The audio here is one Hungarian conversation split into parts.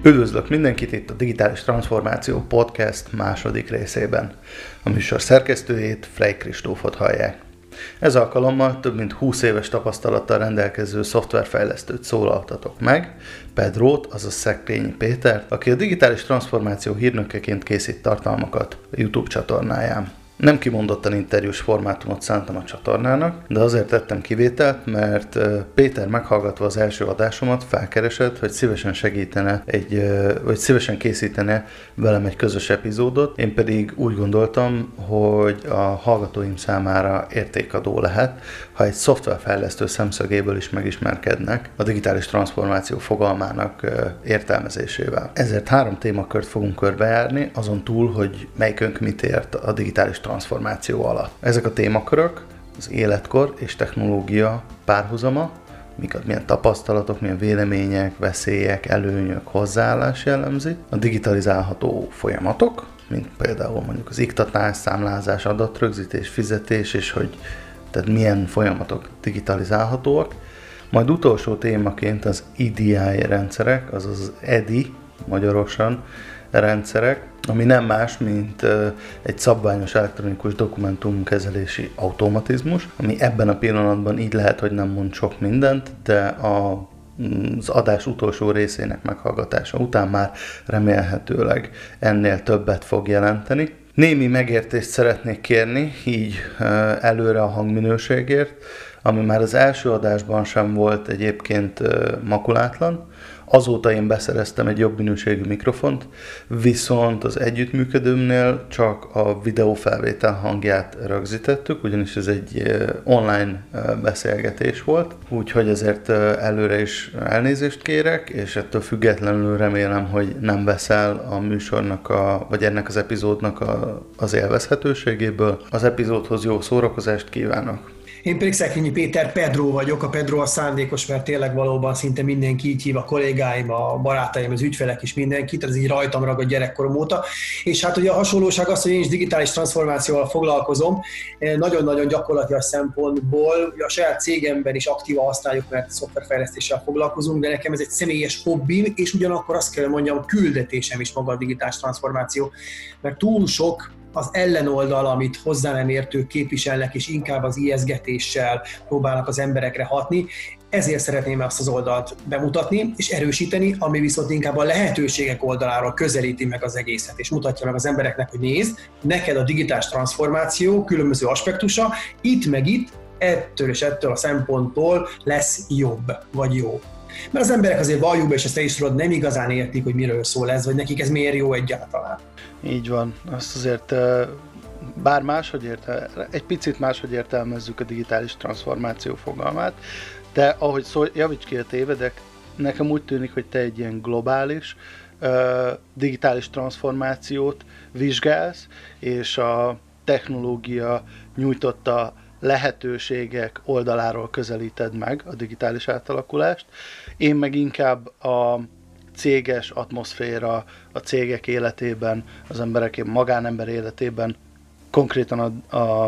Üdvözlök mindenkit itt a Digitális Transformáció Podcast második részében. A műsor szerkesztőjét, Frey Kristófot hallják. Ez alkalommal több mint 20 éves tapasztalattal rendelkező szoftverfejlesztőt szólaltatok meg, Pedrót, azaz Szekrényi Pétert, aki a digitális transformáció hírnökeként készít tartalmakat a YouTube csatornáján. Nem kimondottan interjús formátumot szántam a csatornának, de azért tettem kivételt, mert Péter meghallgatva az első adásomat felkeresett, hogy szívesen készítene velem egy közös epizódot. Én pedig úgy gondoltam, hogy a hallgatóim számára értékadó lehet, ha egy szoftverfejlesztő szemszögéből is megismerkednek a digitális transformáció fogalmának értelmezésével. Ezért 3 témakört fogunk körbejárni, azon túl, hogy melyikünk mit ért a digitális transformáció alatt. Ezek a témakörök az életkor és technológia párhuzama, milyen tapasztalatok, milyen vélemények, veszélyek, előnyök, hozzáállás jellemzi, a digitalizálható folyamatok, mint például mondjuk az iktatás, számlázás, adatrögzítés, fizetés, és hogy tehát milyen folyamatok digitalizálhatóak. Majd utolsó témaként az EDI rendszerek, azaz az EDI magyarosan rendszerek, ami nem más, mint egy szabványos elektronikus dokumentumkezelési automatizmus, ami ebben a pillanatban így lehet, hogy nem mond sok mindent, de az adás utolsó részének meghallgatása után már remélhetőleg ennél többet fog jelenteni. Némi megértést szeretnék kérni, így előre a hangminőségért, ami már az első adásban sem volt egyébként makulátlan. Azóta én beszereztem egy jobb minőségű mikrofont, viszont az együttműködőmnél csak a videófelvétel hangját rögzítettük, ugyanis ez egy online beszélgetés volt, úgyhogy ezért előre is elnézést kérek, és ettől függetlenül remélem, hogy nem veszel a műsornak, vagy ennek az epizódnak az élvezhetőségéből. Az epizódhoz jó szórakozást kívánok! Én pedig Szekrényi Péter, Pedró vagyok. A Pedró a szándékos, mert tényleg valóban szinte mindenki így hív, a kollégáim, a barátaim, az ügyfelek is mindenkit, ez így rajtam ragad gyerekkorom óta. És hát ugye a hasonlóság az, hogy én is digitális transformációval foglalkozom, nagyon-nagyon gyakorlatilag szempontból, a saját cégemben is aktívan használjuk, mert szoftverfejlesztéssel foglalkozunk, de nekem ez egy személyes hobbim, és ugyanakkor azt kell mondjam, küldetésem is maga a digitális transformáció, mert túl sok az ellenoldal, amit hozzá nem értők képviselnek, és inkább az ijesztgetéssel próbálnak az emberekre hatni. Ezért szeretném azt az oldalt bemutatni és erősíteni, ami viszont inkább a lehetőségek oldaláról közelíti meg az egészet, és mutatja meg az embereknek, hogy nézd, neked a digitális transformáció különböző aspektusa, itt meg itt, ettől és ettől a szemponttól lesz jobb, vagy jó. Mert az emberek azért valljuk be, és ezt te is tudod, nem igazán értik, hogy miről szól ez, vagy nekik ez miért jó egyáltalán. Így van. Azt azért bár egy picit máshogy értelmezzük a digitális transformáció fogalmát, de ahogy javíts ki, a tévedek, nekem úgy tűnik, hogy te egy ilyen globális digitális transformációt vizsgálsz, és a technológia nyújtotta lehetőségek oldaláról közelíted meg a digitális átalakulást. Én meg inkább a céges atmoszféra, a cégek életében, az emberek magánember életében, konkrétan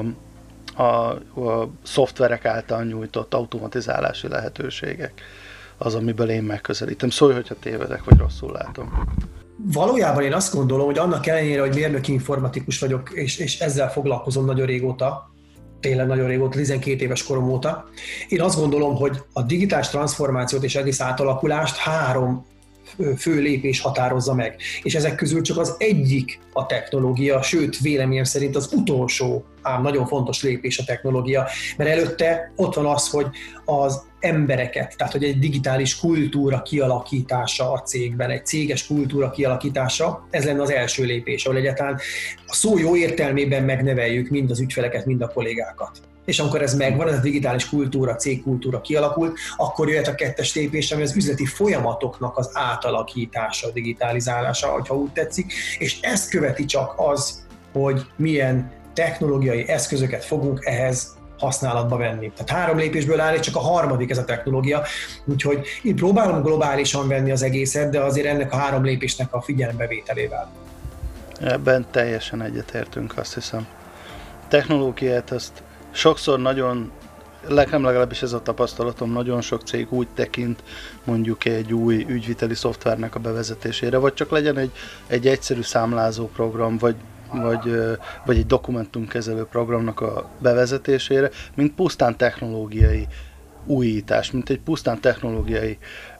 a szoftverek által nyújtott automatizálási lehetőségek az, amiből én megközelítem. Szólj, hogyha tévedek, vagy rosszul látom. Valójában én azt gondolom, hogy annak ellenére, hogy mérnöki informatikus vagyok, és ezzel foglalkozom nagyon régóta, tényleg nagyon régóta, 12 éves korom óta. Én azt gondolom, hogy a digitális transformációt és egész átalakulást 3 fő lépés határozza meg. És ezek közül csak az egyik a technológia, sőt, véleményem szerint az utolsó, ám nagyon fontos lépés a technológia, mert előtte ott van az, hogy az embereket, tehát hogy egy digitális kultúra kialakítása a cégben, egy céges kultúra kialakítása, ez lenne az első lépés, ahol egyáltalán a szó jó értelmében megneveljük mind az ügyfeleket, mind a kollégákat. És amikor ez megvan, ez a digitális kultúra, cégkultúra kialakult, akkor jöhet a 2. lépés, ami az üzleti folyamatoknak az átalakítása, digitalizálása, ha úgy tetszik, és ezt követi csak az, hogy milyen technológiai eszközöket fogunk ehhez használatba venni. Tehát 3 lépésből áll, és csak a 3. ez a technológia. Úgyhogy én próbálom globálisan venni az egészet, de azért ennek a 3 lépésnek a figyelembevételével. Ebben teljesen egyetértünk, azt hiszem. Technológiát azt sokszor nagyon nekem legalábbis ez a tapasztalatom, nagyon sok cég úgy tekint mondjuk egy új ügyviteli szoftvernek a bevezetésére, vagy csak legyen egy egyszerű számlázó program, vagy egy dokumentumkezelő programnak a bevezetésére, mint pusztán technológiai újítás, mint egy pusztán technológiai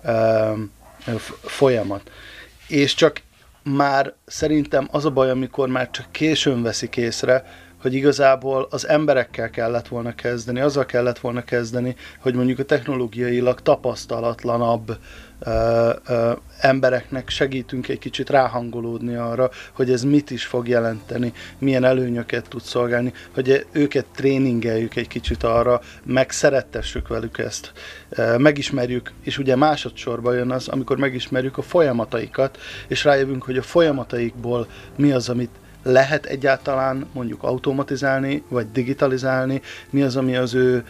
folyamat. És csak már szerintem az a baj, amikor már csak későn veszik észre, hogy igazából az emberekkel kellett volna kezdeni, azzal kellett volna kezdeni, hogy mondjuk a technológiailag tapasztalatlanabb embereknek segítünk egy kicsit ráhangolódni arra, hogy ez mit is fog jelenteni, milyen előnyöket tud szolgálni, hogy őket tréningeljük egy kicsit arra, megszerettessük velük ezt, megismerjük, és ugye másodszorban jön az, amikor megismerjük a folyamataikat, és rájövünk, hogy a folyamataikból mi az, amit lehet egyáltalán mondjuk automatizálni, vagy digitalizálni, mi az, ami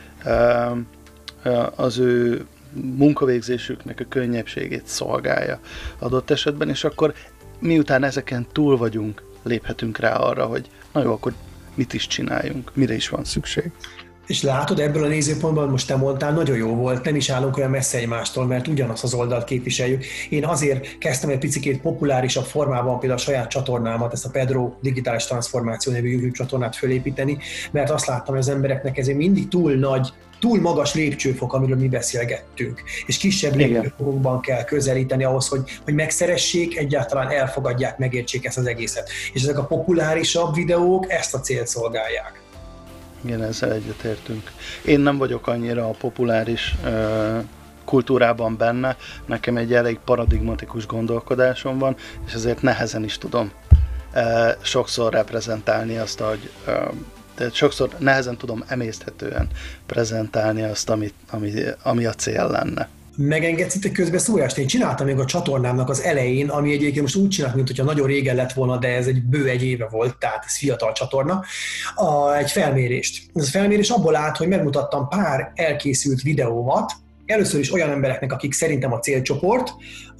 az ő munkavégzésüknek a könnyebbségét szolgálja adott esetben, és akkor miután ezeken túl vagyunk, léphetünk rá arra, hogy na jó, akkor mit is csináljunk, mire is van szükség. És látod, ebből a nézőpontból most te mondtál, nagyon jó volt, nem is állunk olyan messze egymástól, mert ugyanazt az oldalt képviseljük. Én azért kezdtem egy picikét populárisabb formában például a saját csatornámat, ezt a Pedro Digitális Transformáció nevű YouTube csatornát fölépíteni, mert azt láttam, hogy az embereknek ez mindig túl magas lépcsőfok, amiről mi beszélgettünk, és kisebb lépcsőfokokban kell közelíteni ahhoz, hogy megszeressék, egyáltalán elfogadják, megértsék ezt az egészet. És ezek a populárisabb videók ezt a célt szolgálják. Igen, ezzel egyetértünk. Én nem vagyok annyira a populáris kultúrában benne, nekem egy elég paradigmatikus gondolkodásom van, és ezért nehezen is tudom sokszor reprezentálni azt, tehát sokszor nehezen tudom emészthetően prezentálni azt, ami a cél lenne. Megengedsz itt egy közbeszólást? Én csináltam még a csatornámnak az elején, ami egyébként most úgy csinált, mint hogyha nagyon régen lett volna, de ez egy bő egy éve volt, tehát ez fiatal csatorna, egy felmérést. Ez a felmérés abból állt, hogy megmutattam pár elkészült videómat, először is olyan embereknek, akik szerintem a célcsoport,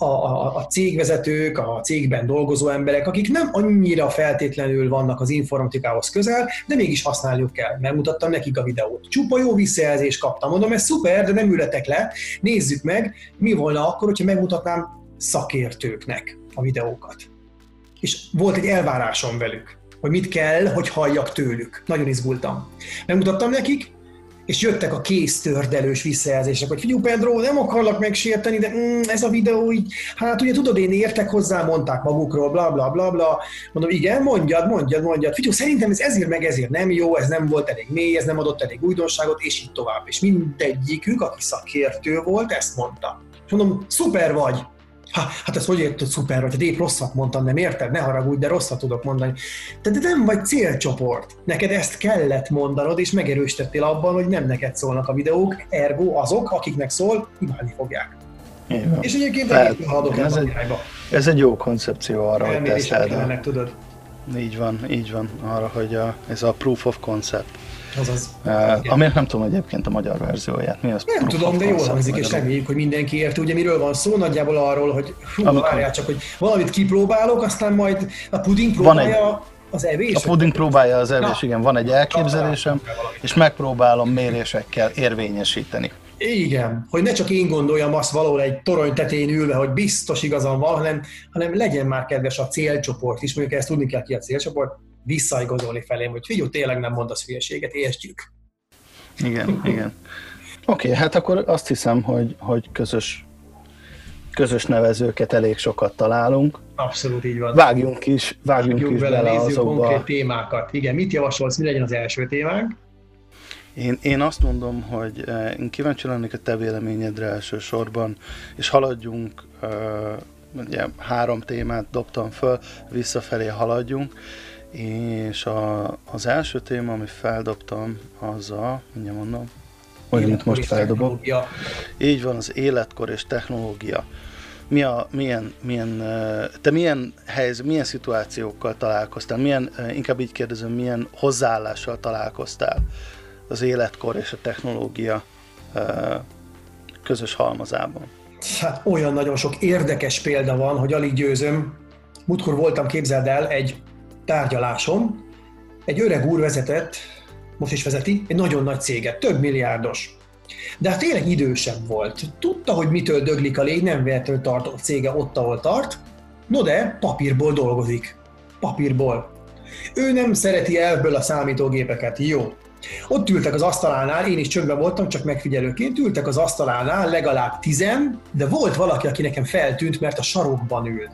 a cégvezetők, a cégben dolgozó emberek, akik nem annyira feltétlenül vannak az informatikához közel, de mégis használniuk kell. Megmutattam nekik a videót. Csupa jó visszajelzést kaptam. Mondom, ez szuper, de nem üljetek le, nézzük meg, mi volna akkor, hogyha megmutatnám szakértőknek a videókat. És volt egy elvárásom velük, hogy mit kell, hogy halljak tőlük. Nagyon izgultam. Megmutattam nekik, és jöttek a kéztördelős visszajelzések, hogy figyelj Pedro, nem akarlak megsérteni, de ez a videó így, hát ugye tudod, én értek hozzá, mondták magukról, bla bla bla bla. Mondom, igen, mondjad. Figyelj, szerintem ez ezért meg ezért nem jó, ez nem volt elég mély, ez nem adott elég újdonságot, és így tovább. És mindegyikük, aki szakértő volt, ezt mondta. És mondom, szuper vagy. Hát ezt hogy érted, szuper vagy? Hát épp rosszat mondtam, nem érted? Ne haragudj, de rosszat tudok mondani. De nem vagy célcsoport. Neked ezt kellett mondanod, és megerősítettél abban, hogy nem neked szólnak a videók, ergo azok, akiknek szól, imádni fogják. Igen. És egyébként haladok el a irányba. Ez egy jó koncepció arra, hogy te ezt elmérések tudod. Így van, arra, hogy ez a proof of concept. Azaz. Amért nem tudom egyébként a magyar verzióját. Mi az? Nem tudom, de jól hangzik, és reméljük, hogy mindenki érti, ugye miről van szó, nagyjából arról, hogy várjál csak, hogy valamit kipróbálok, aztán majd a puding próbálja az evés. A puding próbálja az evés, igen, van egy elképzelésem, és megpróbálom mérésekkel érvényesíteni. Igen, hogy ne csak én gondoljam azt valahol egy torony tetején ülve, hogy biztos igazam van, hanem legyen már kedves a célcsoport is, mondjuk ezt tudni kell ki a célcsoport, visszaigazolni felém, hogy figyelj, tényleg nem mondasz hülyeséget, értjük. Igen. Oké, hát akkor azt hiszem, hogy közös nevezőket elég sokat találunk. Abszolút így van. Vágjunk is bele nézzük azokba. Konkrét témákat. Igen, mit javasolsz, mi legyen az első témánk? Én azt mondom, hogy én kíváncsi lennék a te véleményedre elsősorban, és haladjunk, ugye 3 témát dobtam föl, visszafelé haladjunk, és az első téma, amit feldobtam, az mindjárt mondom, amit most feldobok. Így van, az életkor és technológia. Te milyen szituációkkal találkoztál? Inkább így kérdezem, milyen hozzáállással találkoztál az életkor és a technológia közös halmazában? Hát olyan nagyon sok érdekes példa van, hogy alig győzöm. Múltkor voltam, képzeld el, egy tárgyaláson, egy öreg úr vezetett, most is vezeti, egy nagyon nagy céget, több milliárdos. De hát tényleg idősebb volt. Tudta, hogy mitől döglik a légy, nem véletlenül tart a cége ott, ahol tart, no de papírból dolgozik. Papírból. Ő nem szereti elvből a számítógépeket, jó. Ott ültek az asztalánál, én is csöndben voltam, csak megfigyelőként, ültek az asztalánál legalább 10, de volt valaki, aki nekem feltűnt, mert a sarokban ült.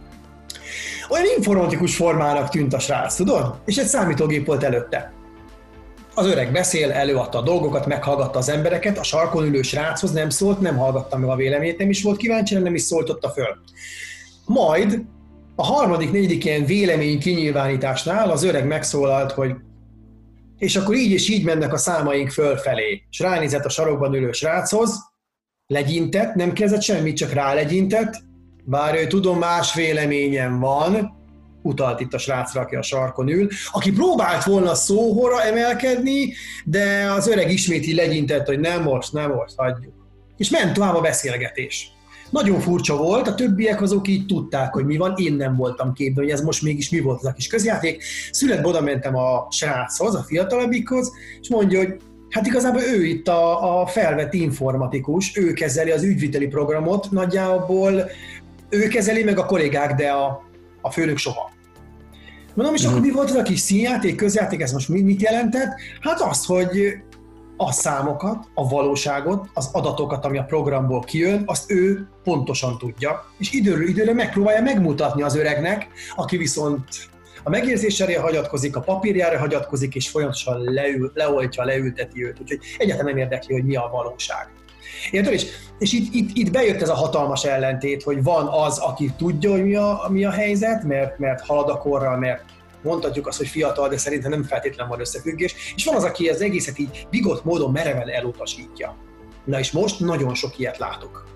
Olyan informatikus formának tűnt a srác, tudod? És egy számítógép volt előtte. Az öreg beszél, előadta a dolgokat, meghallgatta az embereket, a sarkon ülő sráchoz nem szólt, nem hallgatta meg a véleményét, nem is volt kíváncsi, nem is szóltotta föl. Majd a harmadik, negyedik ilyen vélemény kinyilvánításnál az öreg megszólalt, hogy és akkor így és így mennek a számaink fölfelé. És ránézett a sarokban ülő sráchoz, legyintett, nem kérdezett semmit, csak rálegyintett, bár ő tudom, más véleményem van, utalt itt a srácra, aki a sarkon ül, aki próbált volna szóhorra emelkedni, de az öreg ismét így legyintett, hogy nem most, hagyjuk. És ment tovább a beszélgetés. Nagyon furcsa volt, a többiek azok így tudták, hogy mi van, én nem voltam képben, hogy ez most mégis mi volt az a kis közjáték. Születbe oda mentem a sráchoz, a fiatalabbikhoz, és mondja, hogy hát igazából ő itt a felvett informatikus, ő kezeli az ügyviteli programot, nagyjából ő kezeli meg a kollégák, de a főnök soha. Mondom, és akkor mi volt az a kis színjáték, közjáték, ez most mit jelentett? Hát az, hogy a számokat, a valóságot, az adatokat, ami a programból kijön, azt ő pontosan tudja, és időről időre megpróbálja megmutatni az öregnek, aki viszont a megérzésére hagyatkozik, a papírjára hagyatkozik, és folyamatosan leoltja, leülteti őt, úgyhogy egyáltalán nem érdekli, hogy mi a valóság. Érted? És itt bejött ez a hatalmas ellentét, hogy van az, aki tudja, hogy mi a helyzet, mert halad a korral, mert mondhatjuk azt, hogy fiatal, de szerintem nem feltétlenül van összefüggés, és van az, aki az egészet így bigott módon mereven elutasítja. Na és most nagyon sok ilyet látok.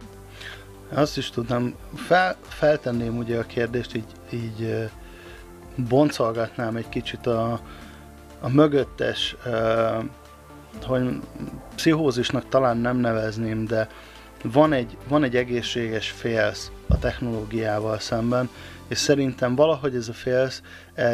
Azt is tudnám, feltenném ugye a kérdést, így boncolgatnám egy kicsit a mögöttes, hogy pszichózisnak talán nem nevezném, de van egy egészséges félsz a technológiával szemben, és szerintem valahogy ez a félsz,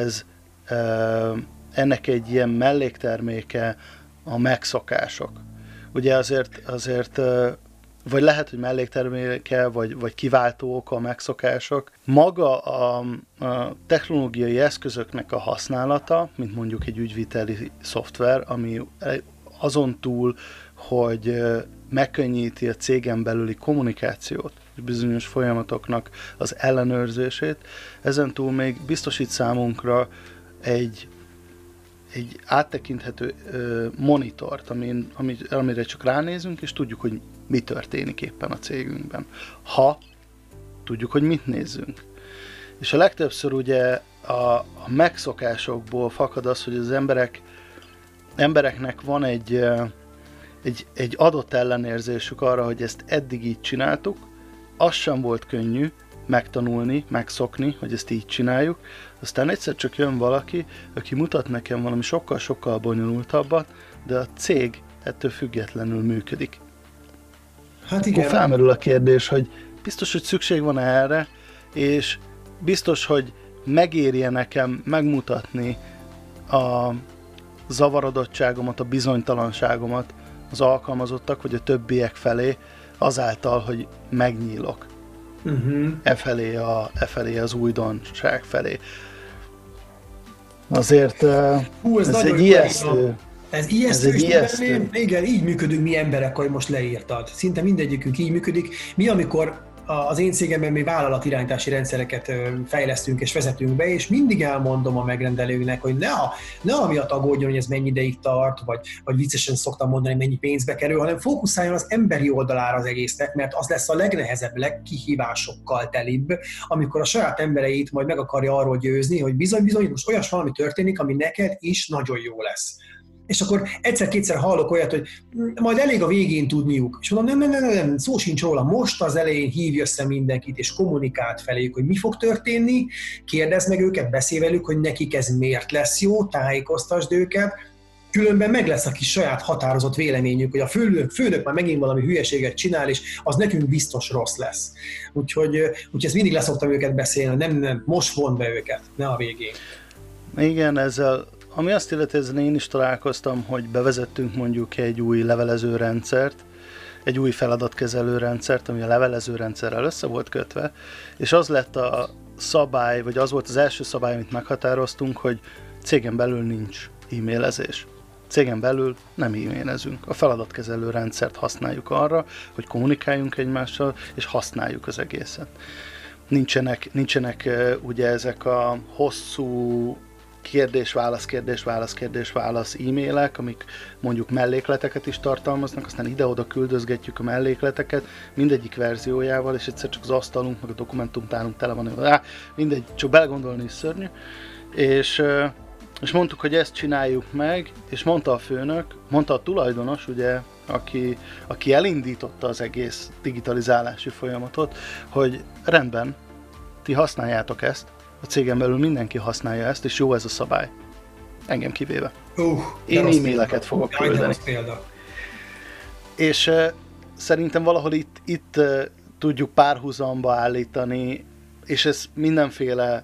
ennek egy ilyen mellékterméke a megszokások. Ugye azért vagy lehet, hogy mellékterméke, vagy kiváltó oka a megszokások. Maga a technológiai eszközöknek a használata, mint mondjuk egy ügyviteli szoftver, ami azon túl, hogy megkönnyíti a cégen belüli kommunikációt, bizonyos folyamatoknak az ellenőrzését, ezen túl még biztosít számunkra egy áttekinthető monitort, amire csak ránézünk, és tudjuk, hogy mi történik éppen a cégünkben. Ha tudjuk, hogy mit nézzünk. És a legtöbbször ugye a megszokásokból fakad az, hogy az embereknek van egy adott ellenérzésük arra, hogy ezt eddig így csináltuk, az sem volt könnyű megtanulni, megszokni, hogy ezt így csináljuk, aztán egyszer csak jön valaki, aki mutat nekem valami sokkal-sokkal bonyolultabbat, de a cég ettől függetlenül működik. Hát igen. Akkor felmerül a kérdés, hogy biztos, hogy szükség van erre, és biztos, hogy megérje nekem megmutatni a zavarodottságomat, a bizonytalanságomat az alkalmazottak, vagy a többiek felé, azáltal, hogy megnyílok. E felé az újdonság felé. Azért ez egy ijesztő. Ez ijesztő. Igen, így működünk mi emberek, ahogy most leírtad. Szinte mindegyikünk így működik. Mi, amikor az én cégemben mi vállalatirányítási rendszereket fejlesztünk és vezetünk be, és mindig elmondom a megrendelőnek, hogy ne amiatt aggódjon, hogy ez mennyi ideig tart, vagy viccesen szoktam mondani, hogy mennyi pénzbe kerül, hanem fókuszáljon az emberi oldalára az egésznek, mert az lesz a legnehezebb, legkihívásokkal telibb, amikor a saját embereit majd meg akarja arról győzni, hogy bizony, most olyas valami történik, ami neked is nagyon jó lesz. És akkor egyszer-kétszer hallok olyat, hogy majd elég a végén tudniuk. És mondom, nem, szó sincs róla. Most az elején hívj össze mindenkit, és kommunikált feléjük, hogy mi fog történni, kérdezd meg őket, beszélj velük, hogy nekik ez miért lesz jó, tájékoztasd őket, különben meg lesz a kis saját határozott véleményük, hogy a főnök már megint valami hülyeséget csinál, és az nekünk biztos rossz lesz. Úgyhogy ezt mindig leszoktam őket beszélni, nem, most vond be őket, ne a végén. Igen, ezzel Ami azt illeti, ezzel én is találkoztam, hogy bevezettünk mondjuk egy új levelező rendszert, egy új feladatkezelő rendszert, ami a levelező rendszerrel össze volt kötve, és az lett a szabály, vagy az volt az első szabály, amit meghatároztunk, hogy cégen belül nincs e-mailezés. Cégen belül nem e-mailezünk. A feladatkezelő rendszert használjuk arra, hogy kommunikáljunk egymással, és használjuk az egészet. Nincsenek ugye ezek a hosszú kérdés-válasz e-mailek, amik mondjuk mellékleteket is tartalmaznak, aztán ide-oda küldözgetjük a mellékleteket mindegyik verziójával, és egyszer csak az asztalunk, meg a dokumentumtárunk tele van, mindegy, csak belegondolni is szörnyű. És mondtuk, hogy ezt csináljuk meg, és mondta a főnök, mondta a tulajdonos, ugye, aki elindította az egész digitalizálási folyamatot, hogy rendben, ti használjátok ezt, a cégen belül mindenki használja ezt, és jó ez a szabály. Engem kivéve. Én e-maileket fogok küldeni. És szerintem valahol itt tudjuk párhuzamba állítani, és ez mindenféle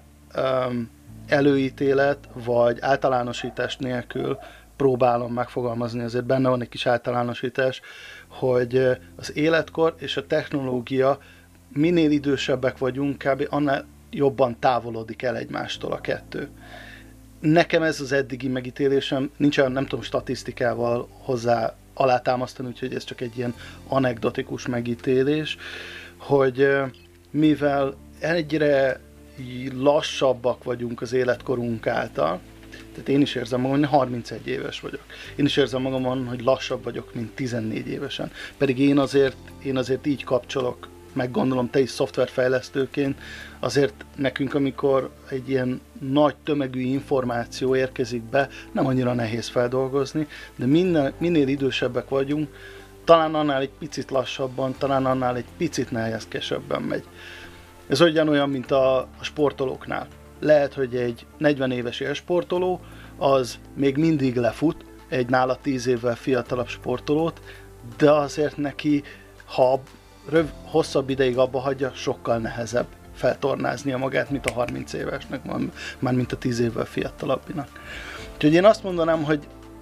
előítélet, vagy általánosítás nélkül próbálom megfogalmazni, azért benne van egy kis általánosítás, hogy az életkor és a technológia, minél idősebbek vagyunk, kb. Annál jobban távolodik el egymástól a kettő. Nekem ez az eddigi megítélésem, nincs olyan, nem tudom, statisztikával hozzá alátámasztani, úgyhogy ez csak egy ilyen anekdotikus megítélés, hogy mivel egyre lassabbak vagyunk az életkorunk által, tehát én is érzem magam, hogy 31 éves vagyok. Én is érzem magamon, hogy lassabb vagyok, mint 14 évesen. Pedig én azért így kapcsolok, meg gondolom te is szoftverfejlesztőként, azért nekünk, amikor egy ilyen nagy tömegű információ érkezik be, nem annyira nehéz feldolgozni, de minél idősebbek vagyunk, talán annál egy picit lassabban, talán annál egy picit nehézkesebben megy. Ez olyan, mint a sportolóknál. Lehet, hogy egy 40 éves élsportoló, az még mindig lefut egy nála 10 évvel fiatalabb sportolót, de azért neki, ha hosszabb ideig abba hagyja, sokkal nehezebb feltornáznia magát, mint a 30 évesnek, már mint a 10 évvel fiatalabbinak. Úgyhogy én azt mondanám, hogy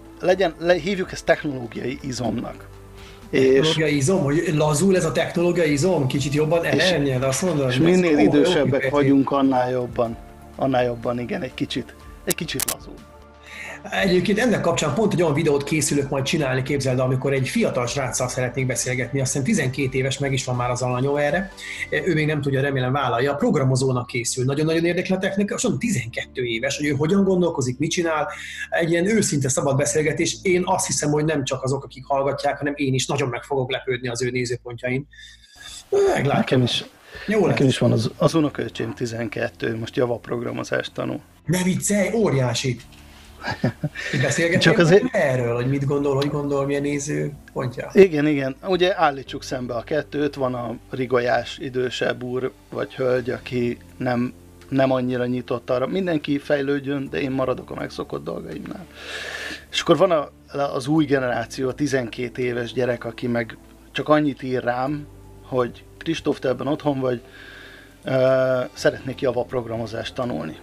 hívjuk ezt technológiai izomnak. Technológiai izom? Hogy lazul ez a technológiai izom? Kicsit jobban elnyel, azt mondod? És minél idősebbek vagyunk, annál jobban, igen, egy kicsit lazul. Egyébként ennek kapcsán pont egy olyan videót készülök majd csinálni, képzeld, amikor egy fiatal sráccal szeretnék beszélgetni, azt hiszem 12 éves, meg is van már az alanyom erre, ő még nem tudja, remélem vállalja, programozónak készül, nagyon-nagyon érdekli a technika, és 12 éves, hogy ő hogyan gondolkozik, mit csinál, egy ilyen őszinte szabad beszélgetés, én azt hiszem, hogy nem csak azok, akik hallgatják, hanem én is nagyon meg fogok lepődni az ő nézőpontjain. Nekem is van az unokaöcsém 12, most Java programozást tanul. Ne viccelj, óriási! Beszélgetünk erről, hogy mit gondol, hogy gondol, milyen nézőpontja? Igen. Ugye állítsuk szembe a kettőt, van a rigójás idősebb úr vagy hölgy, aki nem annyira nyitott arra. Mindenki fejlődjön, de én maradok a megszokott dolgaimnál. És akkor van az új generáció, a 12 éves gyerek, aki meg csak annyit ír rám, hogy Kristóf, te ebben otthon vagy, szeretnék Java programozást tanulni.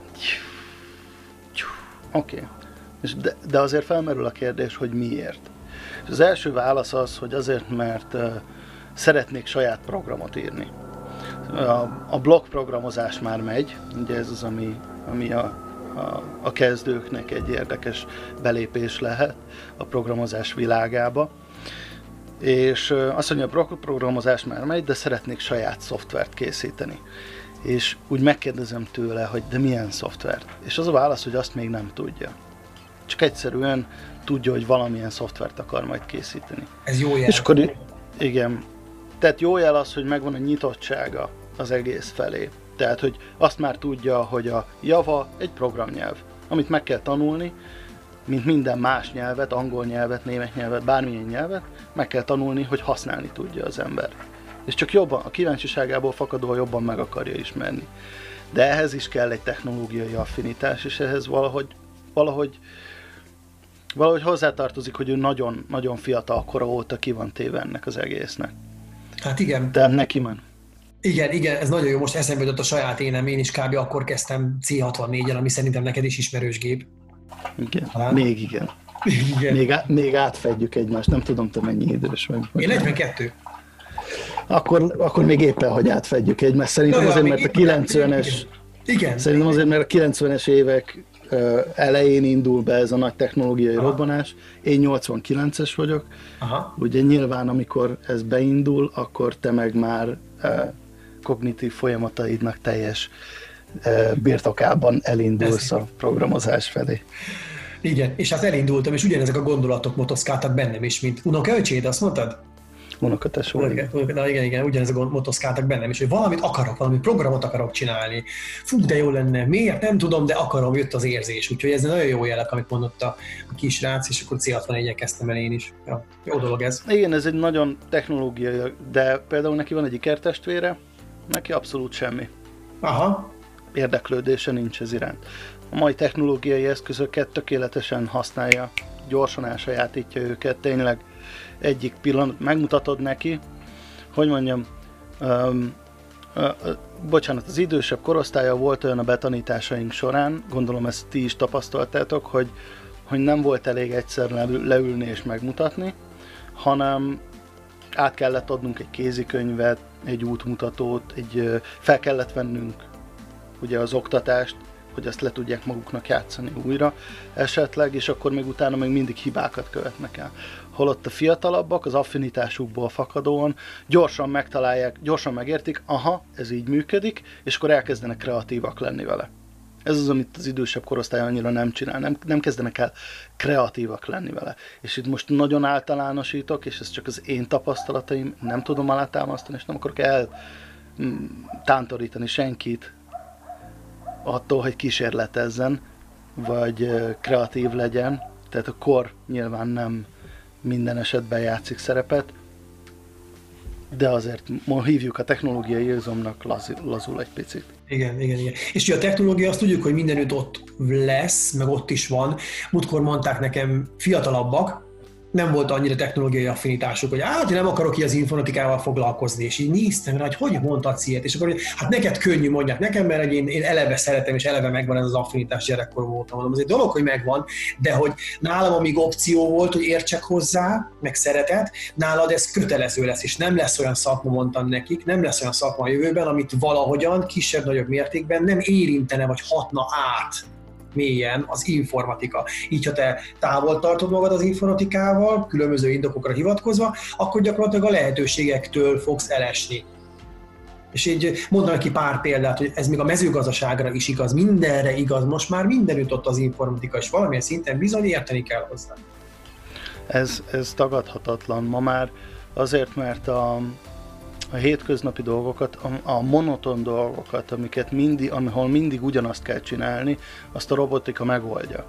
Oké. De azért felmerül a kérdés, hogy miért. És az első válasz az, hogy azért, mert szeretnék saját programot írni. A blokkprogramozás már megy, ugye ez az, ami a kezdőknek egy érdekes belépés lehet a programozás világába. És azt mondja, a blokkprogramozás már megy, de szeretnék saját szoftvert készíteni. És úgy megkérdezem tőle, hogy de milyen szoftvert? És az a válasz, hogy azt még nem tudja. Csak egyszerűen tudja, hogy valamilyen szoftvert akar majd készíteni. Ez jó jel. És akkor igen. Tehát jó jel az, hogy megvan a nyitottsága az egész felé. Tehát, hogy azt már tudja, hogy a Java egy programnyelv, amit meg kell tanulni, mint minden más nyelvet, angol nyelvet, német nyelvet, bármilyen nyelvet, meg kell tanulni, hogy használni tudja az ember. És csak jobban, a kíváncsiságából fakadóan jobban meg akarja ismerni. De ehhez is kell egy technológiai affinitás, és ehhez valahogy hozzátartozik, hogy ő nagyon, nagyon fiatal kora óta ki van téve ennek az egésznek. Hát igen. Tehát neki van. Igen, ez nagyon jó. Most eszembe jutott a saját énem, én is kb. Akkor kezdtem C64-en, ami szerintem neked is ismerős gép. Igen, Talán. még igen. Igen. Még átfedjük egymást, nem tudom, te mennyi idős vagy. Én 42. Akkor még éppen, hogy átfedjük egymást. Szerintem azért, mert a 90-es... Igen. Szerintem azért, mert a 90-es évek elején indul be ez a nagy technológiai robbanás. Én 89-es vagyok. Aha. Ugye nyilván, amikor ez beindul, akkor te meg már kognitív folyamataidnak teljes birtokában elindulsz a programozás felé. Igen, és hát elindultam, és ugyanezek a gondolatok motoszkáltak bennem is, mint unokaöcséd, azt mondtad? Unokatesó. Igen, ugyanezek motoszkáltak bennem is, hogy valamit akarok, valami programot akarok csinálni. Fú, de jó lenne, miért nem tudom, de akarom, jött az érzés. Úgyhogy ez nagyon jó jelek, amit mondott a kisrác, és akkor C64-en kezdtem el én is. Ja, jó dolog ez. Igen, ez egy nagyon technológiai, de például neki van egy ikertestvére, neki abszolút semmi. Aha. Érdeklődése nincs ez iránt. A mai technológiai eszközöket tökéletesen használja, gyorsan elsajátítja őket, tényleg egyik pillanat megmutatod neki, hogy mondjam, bocsánat, az idősebb korosztálya volt olyan a betanításaink során, gondolom ezt ti is tapasztaltátok, hogy nem volt elég egyszer leülni és megmutatni, hanem át kellett adnunk egy kézikönyvet, egy útmutatót, fel kellett vennünk ugye az oktatást, hogy azt le tudják maguknak játszani újra esetleg, és akkor még utána még mindig hibákat követnek el. Holott a fiatalabbak az affinitásukból fakadóan gyorsan megtalálják, gyorsan megértik, aha, ez így működik, és akkor elkezdenek kreatívak lenni vele. Ez az, amit az idősebb korosztály annyira nem csinál, nem kezdenek el kreatívak lenni vele. És itt most nagyon általánosítok, és ez csak az én tapasztalataim, nem tudom alátámasztani, és nem akarok eltántorítani senkit attól, hogy kísérletezzen, vagy kreatív legyen. Tehát a kor nyilván nem minden esetben játszik szerepet, de azért hívjuk a technológiai izomnak lazul egy picit. Igen. És ugye a technológia, azt tudjuk, hogy mindenütt ott lesz, meg ott is van. Múltkor mondták nekem fiatalabbak, nem volt annyira technológiai affinitásuk, hogy hát én nem akarok ki az informatikával foglalkozni, és így néztem rá, hogy hogy mondhatsz ilyet, és akkor hát neked könnyű, mondják nekem, mert én eleve szeretem, és eleve megvan ez az affinitás gyerekkorom óta. Mondom, ez egy dolog, hogy megvan, de hogy nálam amíg opció volt, hogy értsek hozzá, meg szeretet, nálad ez kötelező lesz, és nem lesz olyan szakma, mondtam nekik, nem lesz olyan szakma a jövőben, amit valahogyan, kisebb-nagyobb mértékben nem érintene, vagy hatna át mélyen az informatika. Így, ha te távol tartod magad az informatikával, különböző indokokra hivatkozva, akkor gyakorlatilag a lehetőségektől fogsz elesni. És így mondom neki pár példát, hogy ez még a mezőgazdaságra is igaz, mindenre igaz, most már mindenütt ott az informatika, és valamilyen szinten bizony érteni kell hozzá. Ez tagadhatatlan ma már, azért, mert a hétköznapi dolgokat, a monoton dolgokat, ahol mindig ugyanazt kell csinálni, azt a robotika megoldja.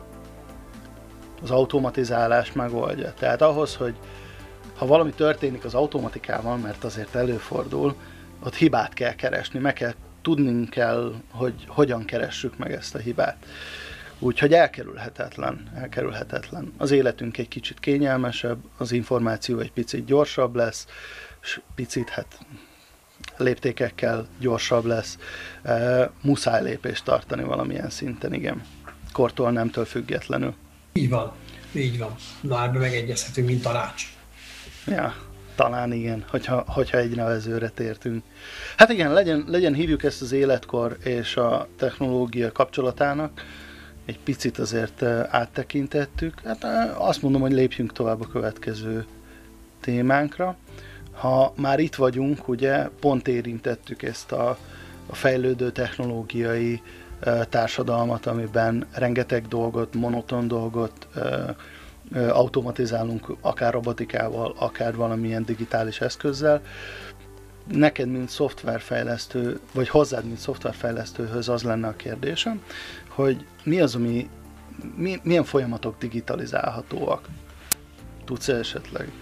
Az automatizálás megoldja. Tehát ahhoz, hogy ha valami történik az automatikával, mert azért előfordul, ott hibát kell keresni, tudnunk kell, hogy hogyan keressük meg ezt a hibát. Úgyhogy elkerülhetetlen. Az életünk egy kicsit kényelmesebb, az információ egy picit gyorsabb lesz, és picit léptékekkel gyorsabb lesz. Muszáj lépést tartani valamilyen szinten, igen. Kortól, nemtől függetlenül. Így van. Na, ebben megegyezhetünk, mint tanács. Ja, talán igen, hogyha egy nevezőre tértünk. Hát igen, legyen hívjuk ezt az életkor és a technológia kapcsolatának. Egy picit azért áttekintettük. Hát azt mondom, hogy lépjünk tovább a következő témánkra. Ha már itt vagyunk, ugye pont érintettük ezt a fejlődő technológiai társadalmat, amiben rengeteg dolgot, monoton dolgot automatizálunk, akár robotikával, akár valamilyen digitális eszközzel. Neked, mint szoftverfejlesztő, vagy hozzád, mint szoftverfejlesztőhöz az lenne a kérdésem, hogy mi az, milyen folyamatok digitalizálhatóak? Tudsz esetleg?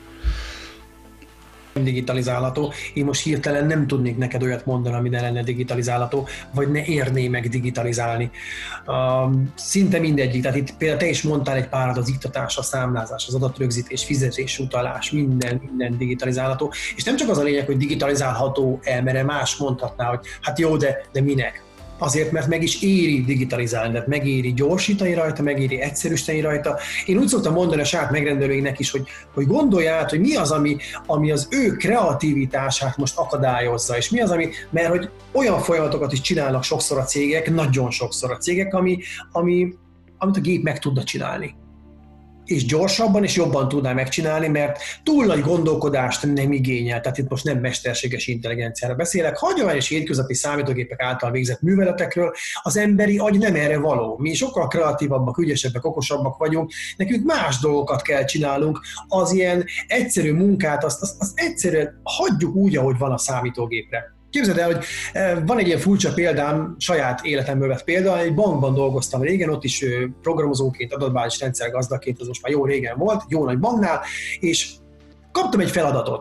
Digitalizálható. Én most hirtelen nem tudnék neked olyat mondani, ami ne lenne digitalizálható, vagy ne érné meg digitalizálni. Szinte mindegyik. Tehát itt például te is mondtál egy párat, az iktatás, a számlázás, az adatrögzítés, fizetésutalás, minden digitalizálható. És nem csak az a lényeg, hogy digitalizálható-e, mert más mondhatná, hogy hát jó, de minek? Azért, mert meg is éri digitalizálni, tehát megéri gyorsítani rajta, megéri egyszerűsíteni rajta. Én úgy szoktam mondani a saját megrendelőinek is, hogy gondolj át, hogy mi az, ami az ő kreativitását most akadályozza, és mi az, mert hogy olyan folyamatokat is csinálnak sokszor a cégek, nagyon sokszor a cégek, amit a gép meg tudna csinálni. És gyorsabban és jobban tudná megcsinálni, mert túl nagy gondolkodást nem igényel, tehát itt most nem mesterséges intelligenciára beszélek, hagyományos hétköznapi számítógépek által végzett műveletekről, az emberi agy nem erre való. Mi sokkal kreatívabbak, ügyesebbek, okosabbak vagyunk, nekünk más dolgokat kell csinálnunk, az ilyen egyszerű munkát, azt egyszerűen hagyjuk úgy, ahogy van a számítógépre. Képzeld el, hogy van egy ilyen furcsa példám, saját életemből vett példa, egy bankban dolgoztam régen, ott is programozóként, adatbázis rendszer gazdaként, az most már jó régen volt, jó nagy banknál, és kaptam egy feladatot.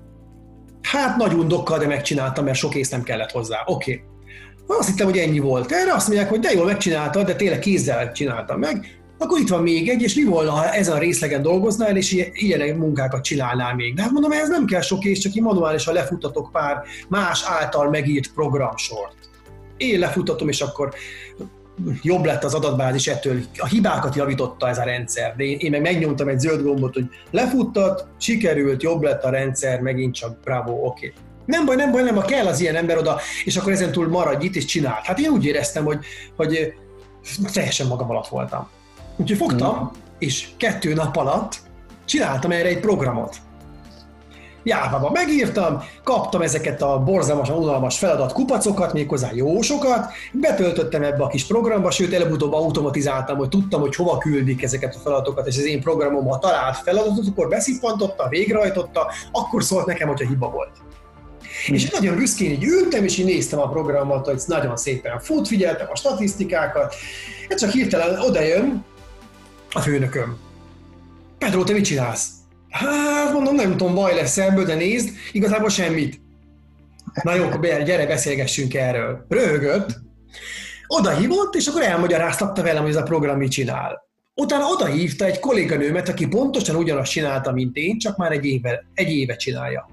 Hát nagy undokkal, de megcsináltam, mert sok ész nem kellett hozzá. Oké. Azt hittem, hogy ennyi volt. Erre azt mondják, hogy de jól megcsináltad, de tényleg kézzel csináltam meg. Akkor itt van még egy, és mi volna, ha ezen a részlegen dolgoznál, és ilyen munkákat csinálnál még. De hát mondom, ez nem kell sok ész, csak én manuálisan lefuttatok pár más által megírt programsort. Én lefutatom, és akkor jobb lett az adatbázis ettől. A hibákat javította ez a rendszer, de én meg megnyomtam egy zöld gombot, hogy lefuttat, sikerült, jobb lett a rendszer, megint csak bravo, oké. Nem baj, ha kell az ilyen ember oda, és akkor ezentúl maradj itt és csináld. Hát én úgy éreztem, hogy teljesen magam alatt voltam. Úgyhogy fogtam, és 2 nap alatt csináltam erre egy programot. Jávába megírtam, kaptam ezeket a borzalmasan unalmas feladat kupacokat, méghozzá jó sokat, betöltöttem ebbe a kis programba, sőt előbb-utóbb automatizáltam, hogy tudtam, hogy hova küldik ezeket a feladatokat, és az én programom, ha talált feladatot, akkor beszippantotta, végrehajtotta, akkor szólt nekem, hogyha hiba volt. És nagyon büszkén így ültem, és így néztem a programot, hogy nagyon szépen fut, figyeltem a statisztikákat, és csak hirtelen odajön a főnököm. Pedro, te mit csinálsz? Hát mondom, nem tudom, baj lesz ebből, de nézd, igazából semmit. Na jó, akkor gyere, beszélgessünk erről. Röhögött, odahívott, és akkor elmagyaráztatta velem, hogy ez a program mit csinál. Utána odahívta egy kolléganőmet, aki pontosan ugyanazt csinálta, mint én, csak már egy éve csinálja.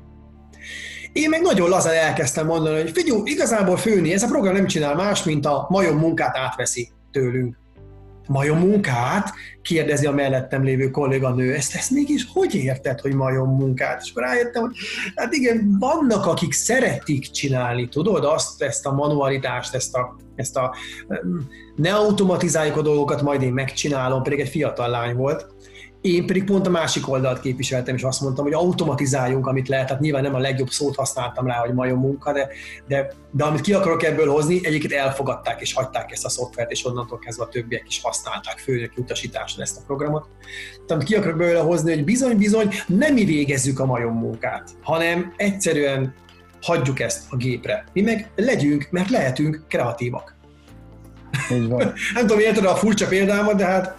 Én meg nagyon lazán elkezdtem mondani, hogy figyelj, igazából főni, ez a program nem csinál más, mint a majom munkát átveszi tőlünk. Majom munkát? Kérdezi a mellettem lévő kolléganő. Ezt mégis hogy érted, hogy majom munkát? És akkor rájöttem, hogy hát igen, vannak, akik szeretik csinálni, tudod, ezt a manualitást, ezt a ne automatizáljuk a dolgokat, majd én megcsinálom, pedig egy fiatal lány volt. Én pedig pont a másik oldalt képviseltem, és azt mondtam, hogy automatizáljunk, amit lehet. Tehát nyilván nem a legjobb szót használtam rá, hogy majom munka, de amit ki akarok ebből hozni, egyébként elfogadták és hagyták ezt a szoftvert, és onnantól kezdve a többiek is használták főnöki utasításon ezt a programot. Tehát ki akarok belőle hozni, hogy bizony, nem mi végezzük a majom munkát, hanem egyszerűen hagyjuk ezt a gépre. Mi meg legyünk, mert lehetünk kreatívak. Így van. Nem tudom, érted a furcsa példámat, de hát...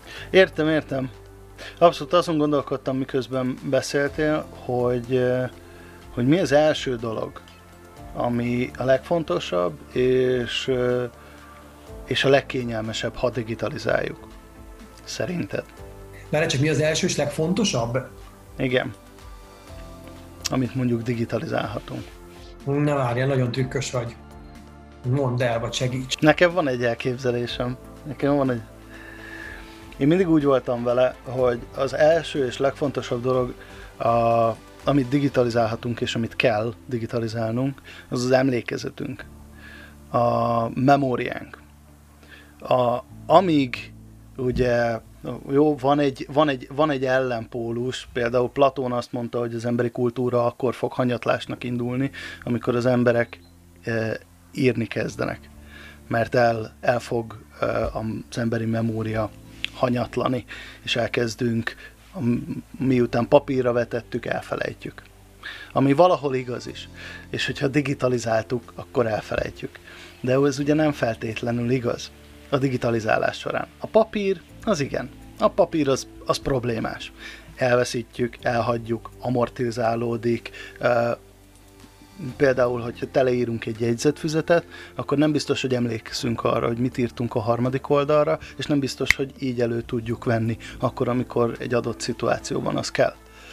Értem. Abszolút azon gondolkodtam, miközben beszéltél, hogy mi az első dolog, ami a legfontosabb, és a legkényelmesebb, ha digitalizáljuk. Szerinted? Várj csak, mi az első és legfontosabb? Igen. Amit mondjuk digitalizálhatunk. Na várjál, nagyon trükkös vagy. Mondd el, vagy segíts. Nekem van egy elképzelésem. Én mindig úgy voltam vele, hogy az első és legfontosabb dolog, amit digitalizálhatunk és amit kell digitalizálnunk, az az emlékezetünk, a memóriánk. Amíg ugye jó, van egy ellenpólus, például Platón azt mondta, hogy az emberi kultúra akkor fog hanyatlásnak indulni, amikor az emberek írni kezdenek, mert el fog az emberi memória hanyatlani, és elkezdünk, miután papírra vetettük, elfelejtjük. Ami valahol igaz is, és hogyha digitalizáltuk, akkor elfelejtjük. De ez ugye nem feltétlenül igaz a digitalizálás során. A papír, az igen. A papír az problémás. Elveszítjük, elhagyjuk, amortizálódik. Például, hogyha teleírunk egy jegyzetfüzetet, akkor nem biztos, hogy emlékszünk arra, hogy mit írtunk a harmadik oldalra, és nem biztos, hogy így elő tudjuk venni akkor, amikor egy adott szituációban az kell.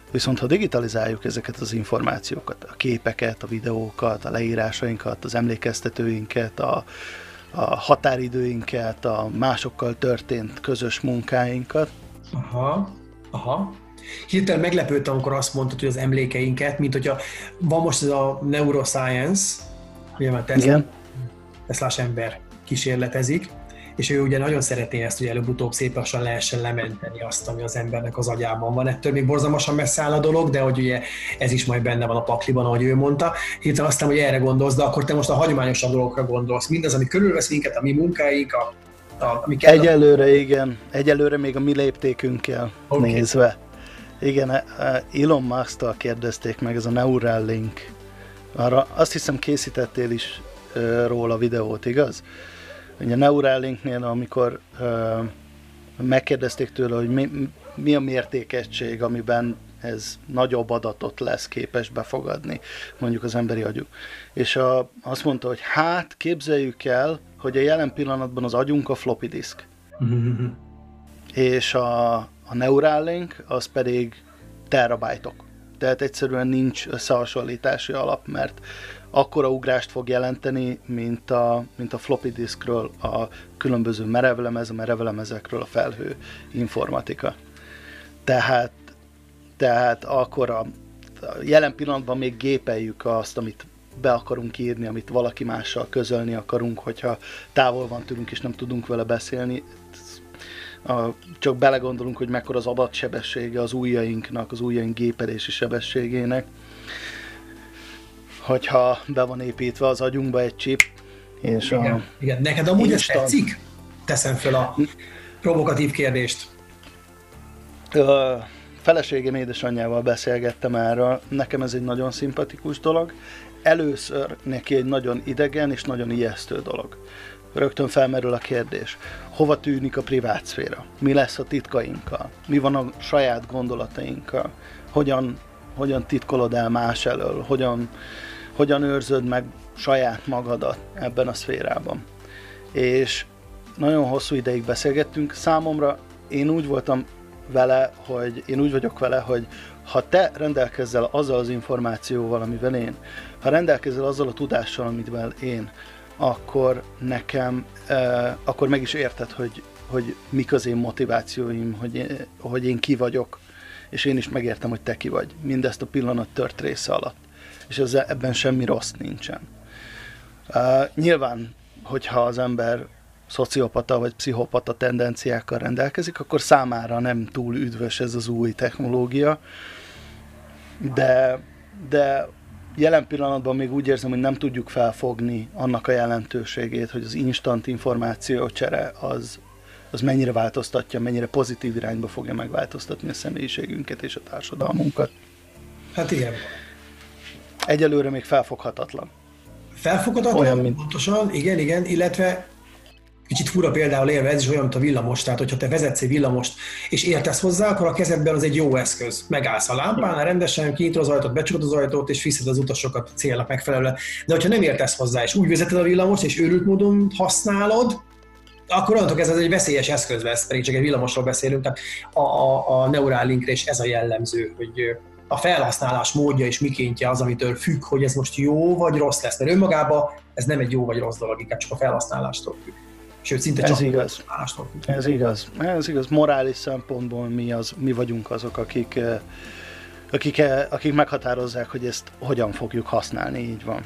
Viszont ha digitalizáljuk ezeket az információkat, a képeket, a videókat, a leírásainkat, az emlékeztetőinket, a határidőinket, a másokkal történt közös munkáinkat. Aha. Hirtelen meglepődtem, amikor azt mondtad, hogy az emlékeinket, mint hogyha van most ez a neuroscience, ugye már Teslás ember kísérletezik, és ő ugye nagyon szeretné ezt, hogy előbb-utóbb szép lassan lehessen lementeni azt, ami az embernek az agyában van. Ettől még borzalmasan messze áll a dolog, de hogy ugye ez is majd benne van a pakliban, ahogy ő mondta. Hirtelen aztán, hogy erre gondolsz, de akkor te most a hagyományosabb dolgokra gondolsz. Mindaz, ami körülvesz minket, a mi munkáink, ami kell. Egyelőre igen, egyelőre még a mi léptékünkkel nézve. Igen, Elon Musk-tól kérdezték meg, ez a Neuralink. Arra azt hiszem készítettél is róla videót, igaz? Ugye a Neuralinknél, amikor megkérdezték tőle, hogy mi a mértékegység, amiben ez nagyobb adatot lesz képes befogadni, mondjuk az emberi agyú. És azt mondta, hogy hát képzeljük el, hogy a jelen pillanatban az agyunk a floppy disk. És a Neuralink az pedig terabájtok. Tehát egyszerűen nincs összehasonlítási alap, mert akkora ugrást fog jelenteni, mint a floppy diskről a különböző merevlemezekről a felhő informatika. Tehát akkor a jelen pillanatban még gépeljük azt, amit be akarunk írni, amit valaki mással közölni akarunk, hogyha távol van tőlünk és nem tudunk vele beszélni. Csak belegondolunk, hogy mekkora az adatsebessége az ujjainknak, az ujjaink gépelési sebességének, hogyha be van építve az agyunkba egy chip. És igen. Neked amúgy ez tetszik? Teszem fel a provokatív kérdést. Feleségem édesanyjával beszélgettem erről, nekem ez egy nagyon szimpatikus dolog. Először neki egy nagyon idegen és nagyon ijesztő dolog. Rögtön felmerül a kérdés, hova tűnik a privát szféra? Mi lesz a titkainkkal? Mi van a saját gondolatainkkal? Hogyan titkolod el más elől? Hogyan őrzöd meg saját magadat ebben a szférában? És nagyon hosszú ideig beszélgettünk. Számomra én úgy vagyok vele, hogy ha te rendelkezzel azzal az információval, amivel én, ha rendelkezzel azzal a tudással, amivel én, akkor nekem, akkor meg is érted, hogy mik az én motivációim, hogy én ki vagyok, és én is megértem, hogy te ki vagy. Mindezt a pillanat tört része alatt. És ebben semmi rossz nincsen. Nyilván, hogyha az ember szociopata vagy pszichopata tendenciákkal rendelkezik, akkor számára nem túl üdvös ez az új technológia, de jelen pillanatban még úgy érzem, hogy nem tudjuk felfogni annak a jelentőségét, hogy az instant információcsere az mennyire változtatja, mennyire pozitív irányba fogja megváltoztatni a személyiségünket és a társadalmunkat. Hát igen. Egyelőre még felfoghatatlan. Felfoghatatlan? Olyan, mint... Pontosan, igen, illetve kicsit fura például élve, ez is olyan, mint a villamos, tehát hogyha te vezetsz egy villamost, és értesz hozzá, akkor a kezedben az egy jó eszköz. Megállsz a lámpán, rendesen kinyitod az ajtót, becsukod az ajtót, és viszed az utasokat a célnak megfelelően. De hogyha nem értesz hozzá, és úgy vezeted a villamost, és őrült módon használod, akkor onnantól ez egy veszélyes eszköz lesz, pedig csak egy villamosról beszélünk. Tehát a Neuralinkre is ez a jellemző, hogy a felhasználás módja és mikéntje az, amitől függ, hogy ez most jó vagy rossz lesz. Mert önmagában ez nem egy jó vagy rossz dolog, inkább csak a felhasználástól függ. Sőt, szinte csak felhasználástól függ. Ez igaz. Morális szempontból mi vagyunk azok, akik meghatározzák, hogy ezt hogyan fogjuk használni, így van.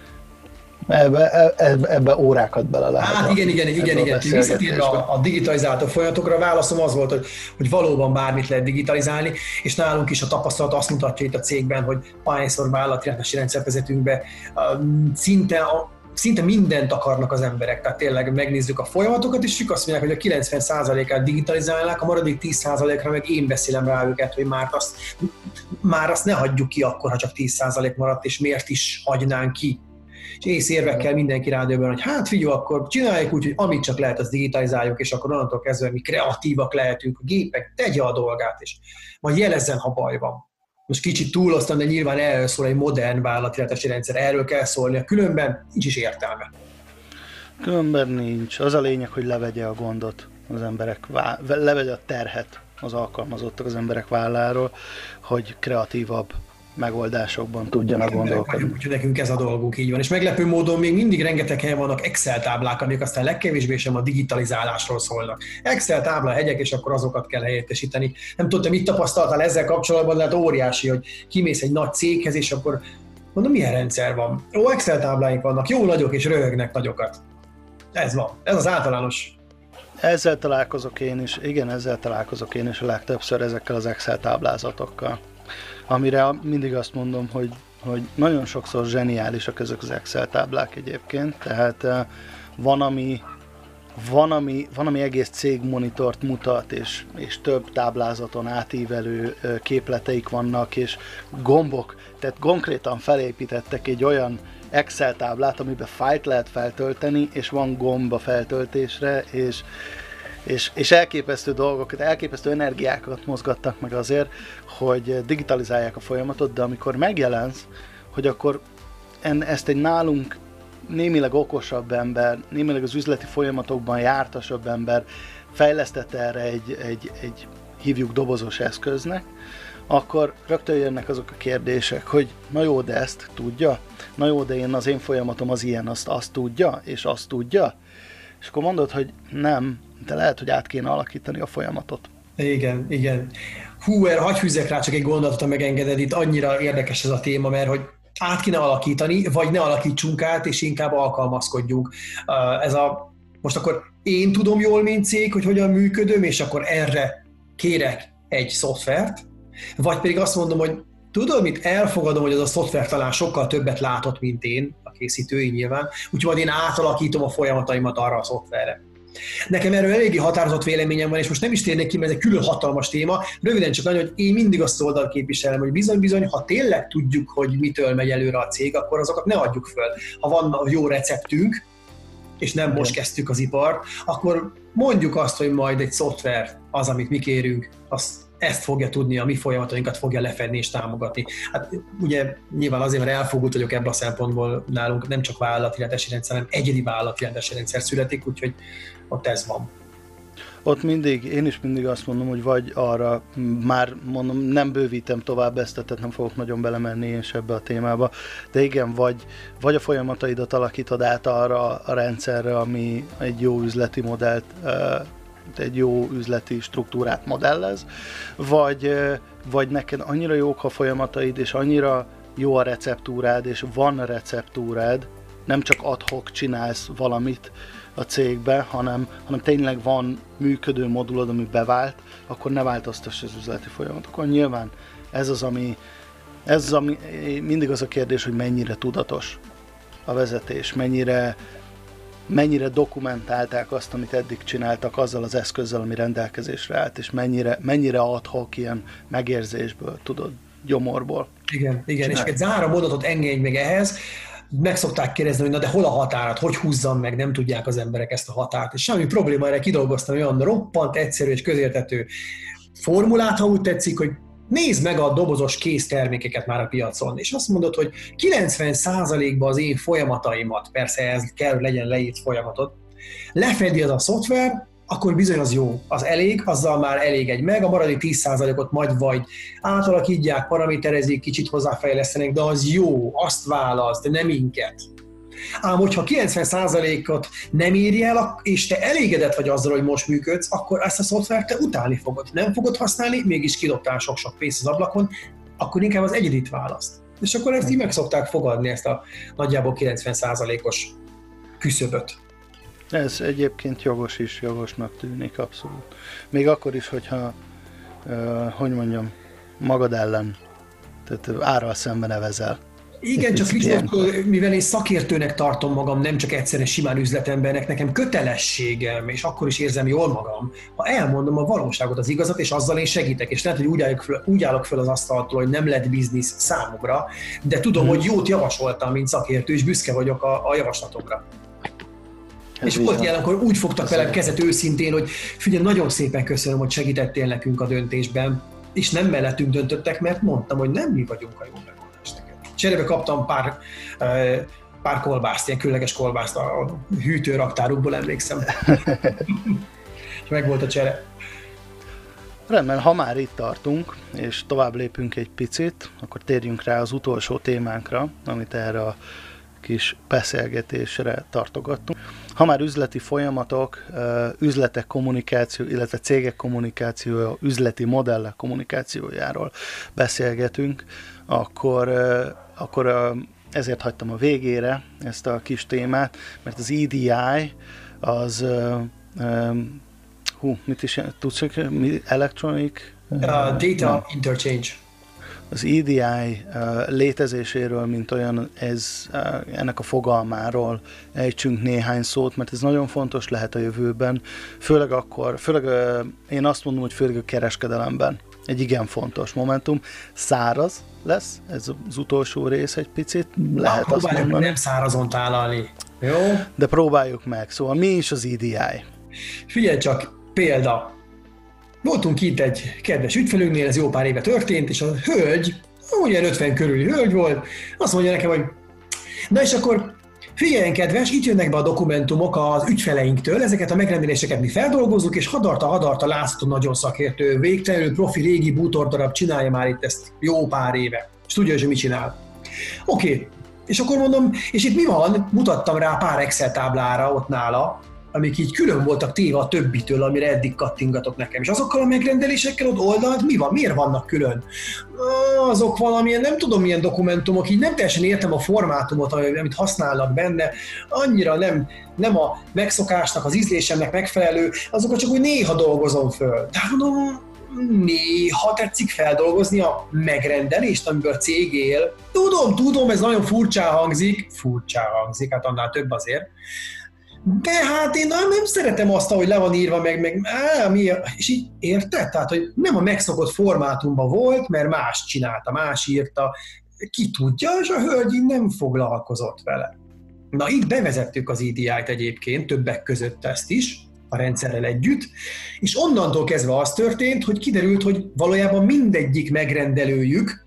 Ebbe órákat bele lehet. Hát igen. Visszatérve a digitalizáló folyamatokra, a válaszom az volt, hogy valóban bármit lehet digitalizálni, és nálunk is a tapasztalat azt mutatja itt a cégben, hogy ahányszor vállalatirányítási rendszert vezetünk be, szinte mindent akarnak az emberek, tehát tényleg megnézzük a folyamatokat, és ők azt mondják, hogy a 90%-át digitalizálnák, a maradék 10%-ra meg én beszélem rá őket, hogy már azt ne hagyjuk ki akkor, ha csak 10% maradt, és miért is hagynánk ki. És észérvekkel mindenki rádöbben, hogy hát figyelj, akkor csináljuk úgy, hogy amit csak lehet, azt digitalizáljuk, és akkor onnantól kezdve mi kreatívak lehetünk, a gépek tegye a dolgát, és majd jelezzen, ha baj van. Most kicsit túloztam, de nyilván erről szól egy modern vállalatirányítási rendszer, erről kell szólnia, különben nincs is értelme. Különben nincs. Az a lényeg, hogy levegye a gondot az emberek, levegye a terhet az alkalmazottak, az emberek válláról, hogy kreatívabb megoldásokban tudjanak gondolkodni. Úgyhogy nekünk ez a dolgunk, így van. És meglepő módon még mindig rengeteg helyen vannak Excel táblák, amik aztán legkevésbé sem a digitalizálásról szólnak. Excel tábla hegyek, és akkor azokat kell helyettesíteni. Nem tudom, te mit tapasztaltál ezzel kapcsolatban, de hát óriási, hogy kimész egy nagy céghez, és akkor mondom, milyen rendszer van? Ó, Excel tábláink vannak, jó nagyok, és röhögnek nagyokat. Ez van, ez az általános. Ezzel találkozok én is a legtöbbször ezekkel az Excel táblázatokkal. Amire mindig azt mondom, hogy nagyon sokszor zseniálisak ezek az Excel táblák egyébként, tehát van, ami egész cégmonitort mutat, és több táblázaton átívelő képleteik vannak, és gombok, tehát konkrétan felépítettek egy olyan Excel táblát, amiben fájlt lehet feltölteni, és van gomb a feltöltésre, és elképesztő dolgokat, elképesztő energiákat mozgattak meg azért, hogy digitalizálják a folyamatot, de amikor megjelensz, hogy akkor ezt egy nálunk némileg okosabb ember, némileg az üzleti folyamatokban jártasabb ember fejlesztette erre egy hívjuk dobozos eszköznek, akkor rögtön jönnek azok a kérdések, hogy na jó, de ezt tudja? Na jó, de az én folyamatom az ilyen, azt tudja, és azt tudja? És akkor mondod, hogy nem, de lehet, hogy át kéne alakítani a folyamatot. Igen, igen. Hú, hagyj fűzzek rá csak egy gondolatot, ha megengeded, itt annyira érdekes ez a téma, mert hogy át kéne alakítani, vagy ne alakítsunk át, és inkább alkalmazkodjunk. Most akkor én tudom jól, mint cég, hogy hogyan működöm, és akkor erre kérek egy szoftvert, vagy pedig azt mondom, hogy tudom, mit elfogadom, hogy az a szoftver talán sokkal többet látott, mint én, a készítői nyilván, úgyhogy majd én átalakítom a folyamataimat arra a szoftverre. Nekem erről eléggé határozott véleményem van, és most nem is térnék ki, mert ez egy külön hatalmas téma. Röviden csak annyi, hogy én mindig azt oldalt képviselem, hogy bizony, ha tényleg tudjuk, hogy mitől megy előre a cég, akkor azokat ne adjuk föl. Ha van jó receptünk, és nem most kezdtük az ipart, akkor mondjuk azt, hogy majd egy szoftver az, amit mi kérünk, ezt fogja tudni, a mi folyamatainkat fogja lefedni és támogatni. Hát ugye nyilván azért, mert elfogult vagyok ebből a szempontból, nálunk nem csak vállalatirányítási rendszer, hanem egyedi vállalatirányítási rendszer születik, úgyhogy ott ez van. Ott én is mindig azt mondom, hogy vagy arra, már mondom, nem bővítem tovább ezt, tehát nem fogok nagyon belemenni én is ebbe a témába, de igen, vagy a folyamataidat alakítod át arra a rendszerre, ami egy jó üzleti modellt, egy jó üzleti struktúrát modellez, vagy neked annyira jók a folyamataid, és annyira jó a receptúrád, és van receptúrád, nem csak ad hoc csinálsz valamit a cégbe, hanem tényleg van működő modulod, ami bevált, akkor ne változtass az üzleti folyamatokon. Nyilván ez az, ami mindig az a kérdés, hogy mennyire tudatos a vezetés, mennyire dokumentálták azt, amit eddig csináltak azzal az eszközzel, ami rendelkezésre állt, és mennyire ad hoc ilyen megérzésből, tudod, gyomorból. Igen, és egy záró mondatot engedj meg ehhez, meg szokták kérdezni, hogy na de hol a határat, hogy húzzam meg, nem tudják az emberek ezt a határt. És semmi probléma, erre kidolgoztam olyan roppant egyszerű és közérthető formulát, ha úgy tetszik, hogy nézd meg a dobozos kész termékeket már a piacon, és azt mondod, hogy 90%-ban az én folyamataimat, persze ez kell, hogy legyen leírt folyamatot, lefedi az a szoftver, akkor bizony az jó, az elég, azzal már elég egy meg, a maradék 10%-ot majd vagy átalakítják, paraméterezik, kicsit hozzáfejlesztenek, de az jó, azt választ, de nem minket. Ám hogyha 90%-ot nem érj el, és te elégedett vagy azzal, hogy most működsz, akkor ezt a szoftvert te utálni fogod. Nem fogod használni, mégis kidobtál sok-sok pénzt az ablakon, akkor inkább az egyedit választ. És akkor ezt így meg szokták fogadni, ezt a nagyjából 90%-os küszöböt. Ez egyébként jogosnak tűnik abszolút. Még akkor is, hogyha, magad ellen, tehát árral szemben nevezel. Igen, csak mivel én szakértőnek tartom magam, nem csak egyszerűen simán üzletembernek, nekem kötelességem, és akkor is érzem jól magam, ha elmondom a valóságot, az igazat, és azzal én segítek, és lehet, hogy úgy állok föl az asztaltól, hogy nem lett biznisz számomra, de tudom, hogy jót javasoltam, mint szakértő, és büszke vagyok a javaslatomra. És volt ilyen, akkor úgy fogtak velem kezet őszintén, hogy figyelj, nagyon szépen köszönöm, hogy segítettél nekünk a döntésben, és nem mellettünk döntöttek, mert mondtam, hogy nem mi vagyunk a jó megoldás neked. Cserébe kaptam pár kolbászt, ilyen különleges kolbászt a hűtőraktárukból, emlékszem. És meg volt a csere. Rendben, ha már itt tartunk, és tovább lépünk egy picit, akkor térjünk rá az utolsó témánkra, amit erre a kis beszélgetésre tartogattunk. Ha már üzleti folyamatok, üzletek kommunikáció, illetve cégek kommunikációja, üzleti modellek kommunikációjáról beszélgetünk, akkor ezért hagytam a végére ezt a kis témát, mert az EDI az... mit is tudsz, electronic? Data interchange. Az EDI létezéséről, mint olyan, ennek a fogalmáról ejtsünk néhány szót, mert ez nagyon fontos lehet a jövőben, főleg én azt mondom, hogy főleg a kereskedelemben egy igen fontos momentum. Száraz lesz ez az utolsó rész egy picit, lehet azt mondani. Nem szárazon tálalni, jó? De próbáljuk meg, szóval mi is az EDI? Figyelj csak, példa. Voltunk itt egy kedves ügyfelünknél, ez jó pár éve történt, és a hölgy, olyan 50 körüli hölgy volt, azt mondja nekem, hogy na és akkor figyeljen kedves, itt jönnek be a dokumentumok az ügyfeleinktől, ezeket a megrendeléseket mi feldolgozzuk, és hadarta László nagyon szakértő, végtelenül profi régi bútordarab, csinálja már itt ezt jó pár éve, és tudja, hogy mit csinál. Oké. És akkor mondom, és itt mi van? Mutattam rá pár Excel táblára ott nála, amik így külön voltak téve a többitől, amire eddig kattingatok nekem. És azokkal a megrendelésekkel ott oldalt mi van? Miért vannak külön? Azok valamilyen, nem tudom milyen dokumentumok, így nem teljesen értem a formátumot, amit használnak benne, annyira nem a megszokásnak, az ízlésemnek megfelelő, azokat csak úgy néha dolgozom föl. De mondom, néha tetszik feldolgozni a megrendelést, amiből a cég él. Tudom, ez nagyon furcsán hangzik, hát annál több azért. De hát én nem szeretem azt, hogy le van írva, és így érted? Tehát, hogy nem a megszokott formátumban volt, mert más csinálta, más írta, ki tudja, és a hölgy nem foglalkozott vele. Na, itt bevezettük az EDI-t egyébként, többek között ezt is, a rendszerrel együtt, és onnantól kezdve az történt, hogy kiderült, hogy valójában mindegyik megrendelőjük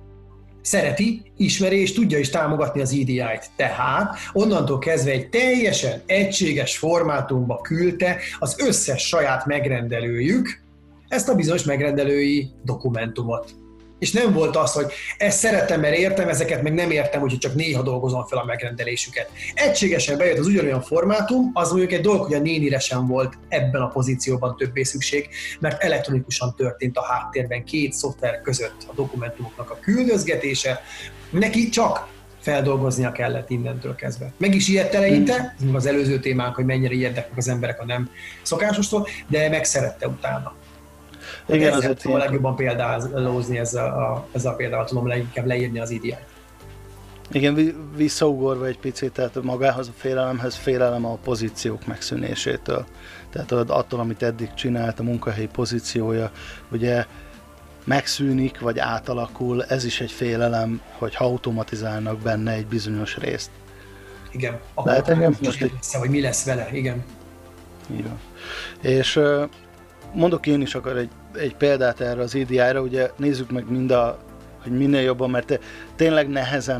szereti, ismeri és tudja is támogatni az EDI-t. Tehát onnantól kezdve egy teljesen egységes formátumba küldte az összes saját megrendelőjük ezt a bizonyos megrendelői dokumentumot. És nem volt az, hogy ezt szeretem, mert értem, ezeket meg nem értem, úgyhogy csak néha dolgozom fel a megrendelésüket. Egységesen bejött az ugyanolyan formátum, az mondjuk egy dolog, hogy a nénire sem volt ebben a pozícióban többé szükség, mert elektronikusan történt a háttérben két szoftver között a dokumentumoknak a küldözgetése, neki csak feldolgoznia kellett innentől kezdve. Meg is ijedt eleinte, ez az előző témánk, hogy mennyire ijednek meg az emberek a nem szokásostól, de megszerette utána. Igen, ezzel tudom a legjobban példálózni ezzel a példával tudom leginkább leírni az EDI-t. Igen, visszaugorva egy picit, tehát magához a félelemhez félelem a pozíciók megszűnésétől. Tehát attól, amit eddig csinált, a munkahelyi pozíciója, ugye megszűnik, vagy átalakul, ez is egy félelem, hogy ha automatizálnak benne egy bizonyos részt. Igen, akkor hogy mi lesz vele, igen. Igen. És mondok én is akar egy példát erre az EDI-ra, ugye nézzük meg hogy minél jobban, mert tényleg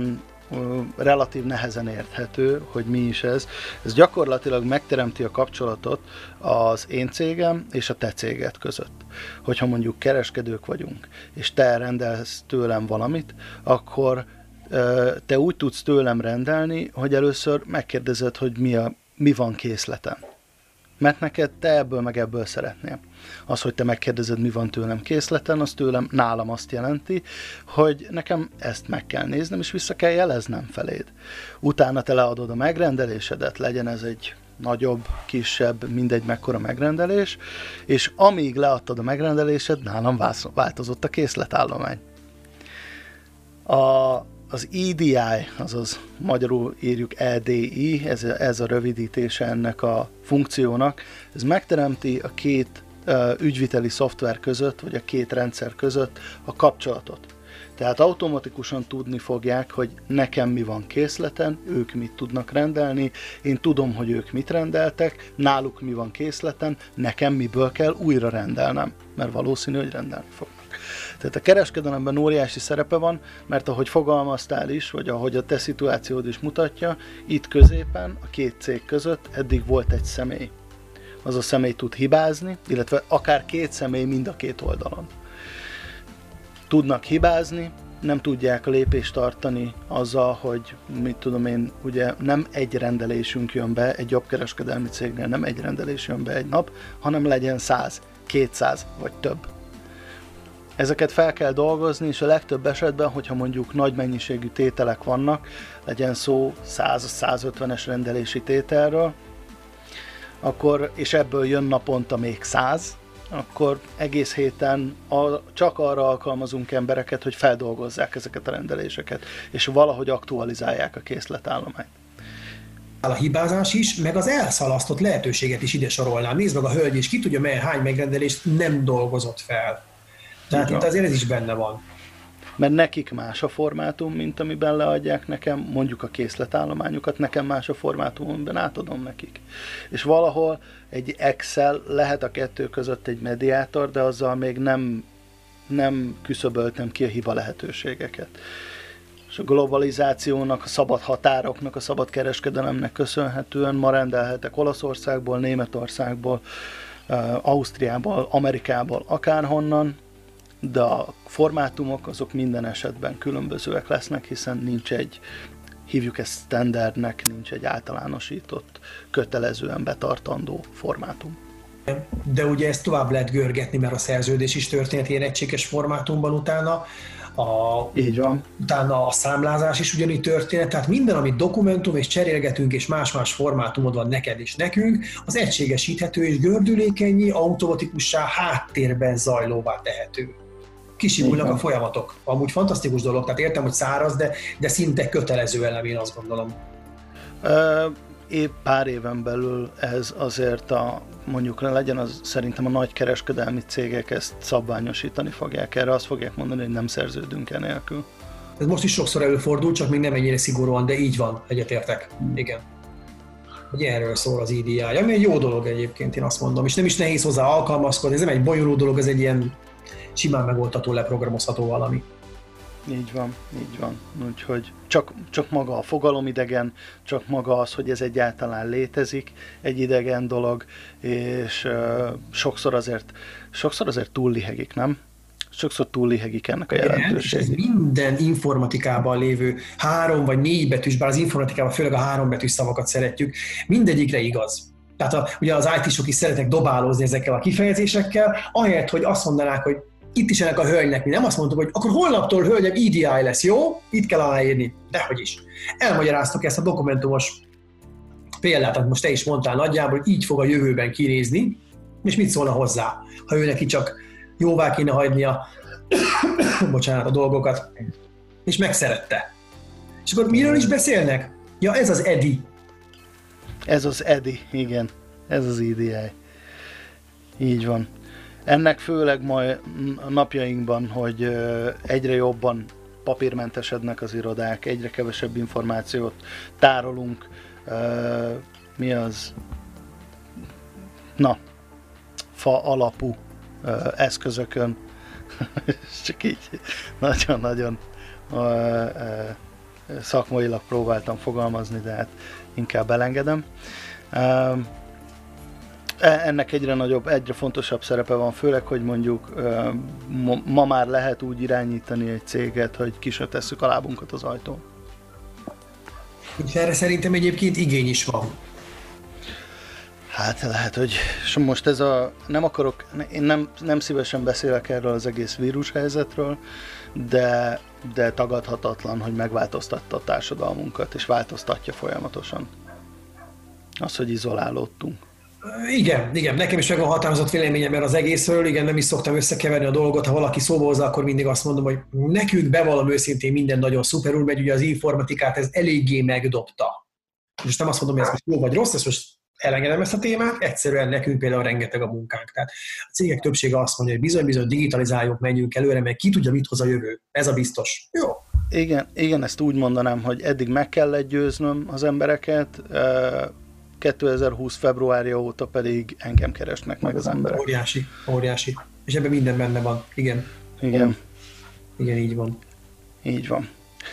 relatív nehezen érthető, hogy mi is ez. Ez gyakorlatilag megteremti a kapcsolatot az én cégem és a te céged között. Hogyha mondjuk kereskedők vagyunk, és te rendelsz tőlem valamit, akkor te úgy tudsz tőlem rendelni, hogy először megkérdezed, hogy mi van készleten. Mert neked te ebből meg ebből szeretnél. Az, hogy te megkérdezed, mi van tőlem készleten, az nálam azt jelenti, hogy nekem ezt meg kell néznem, és vissza kell jeleznem feléd. Utána te leadod a megrendelésedet, legyen ez egy nagyobb, kisebb, mindegy mekkora megrendelés, és amíg leadtad a megrendelésed, nálam változott a készletállomány. Az EDI, azaz magyarul írjuk EDI, ez a rövidítése ennek a funkciónak, ez megteremti a két ügyviteli szoftver között, vagy a két rendszer között a kapcsolatot. Tehát automatikusan tudni fogják, hogy nekem mi van készleten, ők mit tudnak rendelni, én tudom, hogy ők mit rendeltek, náluk mi van készleten, nekem miből kell újra rendelnem, mert valószínű, hogy rendelni fognak. Tehát a kereskedelemben óriási szerepe van, mert ahogy fogalmaztál is, vagy ahogy a te szituációd is mutatja, itt középen, a két cég között eddig volt egy személy. az a személy tud hibázni, illetve akár két személy mind a két oldalon. Tudnak hibázni, nem tudják a lépést tarttartani azzal, hogy mit tudom én, ugye nem egy rendelésünk jön be, egy jobbkereskedelmi cégnél nem egy rendelés jön be egy nap, hanem legyen 100, 200 vagy több. Ezeket fel kell dolgozni, és a legtöbb esetben, hogyha mondjuk nagy mennyiségű tételek vannak, legyen szó 100-150-es rendelési tételről, akkor, és ebből jön naponta még 100, akkor egész héten csak arra alkalmazunk embereket, hogy feldolgozzák ezeket a rendeléseket, és valahogy aktualizálják a készletállományt. A hibázás is, meg az elszalasztott lehetőséget is ide sorolnám. Nézd meg a hölgy, és ki tudja, hány megrendelést nem dolgozott fel. Tehát itt azért ez is benne van. Mert nekik más a formátum, mint amiben leadják nekem, mondjuk a készletállományukat, nekem más a formátum, amiben átadom nekik. És valahol egy Excel lehet a kettő között egy mediátor, de azzal még nem küszöböltem ki a hiba lehetőségeket. És a globalizációnak, a szabad határoknak, a szabad kereskedelemnek köszönhetően ma rendelhetek Olaszországból, Németországból, Ausztriából, Amerikából, akárhonnan, de a formátumok azok minden esetben különbözőek lesznek, hiszen nincs egy, hívjuk ezt standardnek, nincs egy általánosított, kötelezően betartandó formátum. De ugye ezt tovább lehet görgetni, mert a szerződés is történt ilyen egységes formátumban utána. Így van. Utána a számlázás is ugyanígy történet, tehát minden, amit dokumentum és cserélgetünk, és más-más formátumod van neked és nekünk, az egységesíthető és gördülékenyi, automatikussá, háttérben zajlóvá tehető. Kisimulnak a folyamatok. Amúgy fantasztikus dolog, tehát értem, hogy száraz, de szinte kötelező elem, én azt gondolom. Épp pár éven belül ez azért mondjuk legyen az, szerintem a nagy kereskedelmi cégek ezt szabványosítani fogják. Erre azt fogják mondani, hogy nem szerződünk enélkül. Ez most is sokszor előfordul, csak még nem ennyire szigorúan, de így van, egyetértek. Igen. Hogy erről szól az EDI, ami egy jó dolog egyébként, én azt mondom, és nem is nehéz hozzá alkalmazkodni, ez nem egy bonyolult dolog, ez egy ilyen simán megoldható, leprogramozható valami. Így van, így van. Úgyhogy csak maga a fogalomidegen, csak maga az, hogy ez egyáltalán létezik, egy idegen dolog, és sokszor azért túllihegik, nem? Sokszor túllihegik ennek a jelentőség. Ez minden informatikában lévő 3 vagy 4 betűs, bár az informatikában főleg a 3 betűs szavakat szeretjük, mindegyikre igaz. Tehát ugye az IT-sok is szeretnek dobálózni ezekkel a kifejezésekkel, ahelyett, hogy azt mondanák, hogy itt is ennek a hölgynek, mi nem azt mondtuk, hogy akkor holnaptól hölgyem EDI lesz, jó? Itt kell aláírni. Dehogy is. Elmagyaráztuk ezt a dokumentumos példát, amit most te is mondtál nagyjából, hogy így fog a jövőben kinézni, és mit szólna hozzá, ha ő neki csak jóvá kéne hagynia a dolgokat, és megszerette. És akkor miről is beszélnek? Ja, ez az EDI. Ez az EDI, igen. Ez az EDI. Így van. Ennek főleg majd a napjainkban, hogy egyre jobban papírmentesednek az irodák, egyre kevesebb információt tárolunk. Mi az? Fa alapú eszközökön. Csak így nagyon-nagyon szakmailag próbáltam fogalmazni, de hát inkább elengedem. Ennek egyre fontosabb szerepe van, főleg, hogy mondjuk ma már lehet úgy irányítani egy céget, hogy ki se tesszük a lábunkat az ajtón. És erre szerintem egyébként igény is van. Hát lehet, hogy most én nem szívesen beszélek erről az egész vírushelyzetről, de tagadhatatlan, hogy megváltoztatta a társadalmunkat, és változtatja folyamatosan. Az, hogy izolálódtunk. Igen, nekem is meg van határozott véleményem erről az egészről, igen, nem is szoktam összekeverni a dolgot, ha valaki szóba hozza, akkor mindig azt mondom, hogy nekünk bevallom őszintén minden nagyon szuperül megy, ugye az informatikát ez eléggé megdobta. Most nem azt mondom, hogy ez most jó vagy rossz, ezt most elengedem ezt a témát, egyszerűen nekünk például rengeteg a munkánk. Tehát a cégek többsége azt mondja, hogy bizony digitalizáljuk, menjünk előre, mert ki tudja, mit hoz a jövő. Ez a biztos. Jó. Igen, ezt úgy mondanám, hogy eddig meg kellett győznöm az embereket, 2020 februárja óta pedig engem keresnek meg az emberek. Óriási. És ebben minden benne van. Igen, így van. Így van.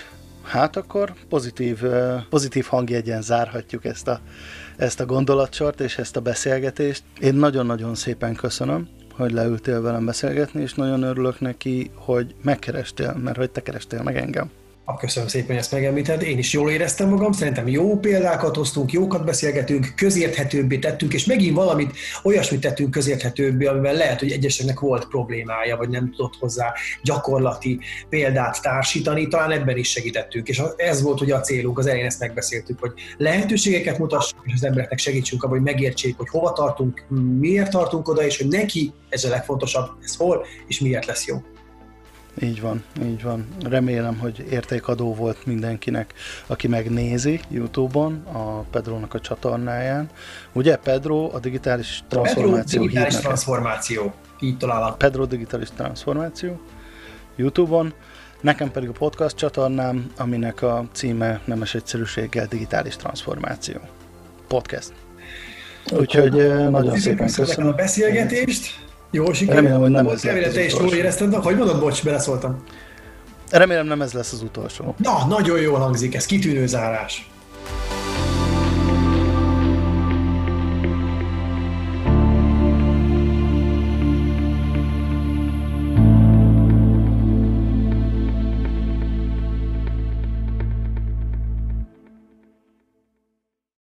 Hát akkor pozitív hangjegyen zárhatjuk ezt a gondolatsort és ezt a beszélgetést. Én nagyon-nagyon szépen köszönöm, hogy leültél velem beszélgetni, és nagyon örülök neki, hogy megkerestél, mert hogy te kerestél meg engem. Köszönöm szépen, hogy ezt megemlíted. Én is jól éreztem magam, szerintem jó példákat hoztunk, jókat beszélgetünk, közérthetőbbé tettünk, és megint olyasmit tettünk közérthetőbbé, amivel lehet, hogy egyeseknek volt problémája, vagy nem tudott hozzá gyakorlati példát társítani, talán ebben is segítettünk. És ez volt ugye a célunk, az elején ezt megbeszéltük, hogy lehetőségeket mutassuk, és az embereknek segítsünk abban, hogy megértsék, hogy hova tartunk, miért tartunk oda, és hogy neki ez a legfontosabb, ez hol, és miért lesz jó. Így van, így van. Remélem, hogy értékadó volt mindenkinek, aki megnézi YouTube-on, a Pedrónak a csatornáján. Ugye Pedro a digitális transformáció. Pedro digitális transformáció, így található. Pedro digitális transformáció YouTube-on. Nekem pedig a podcast csatornám, aminek a címe nemes egyszerűséggel digitális transformáció. Podcast. Úgyhogy nagyon szépen köszönöm a beszélgetést. Jó sikerült. Remélem, hogy nem ez lesz te is jól érezted, hogy mondod, bocs, beleszóltam. Remélem nem ez lesz az utolsó. Na, nagyon jól hangzik, ez kitűnő zárás.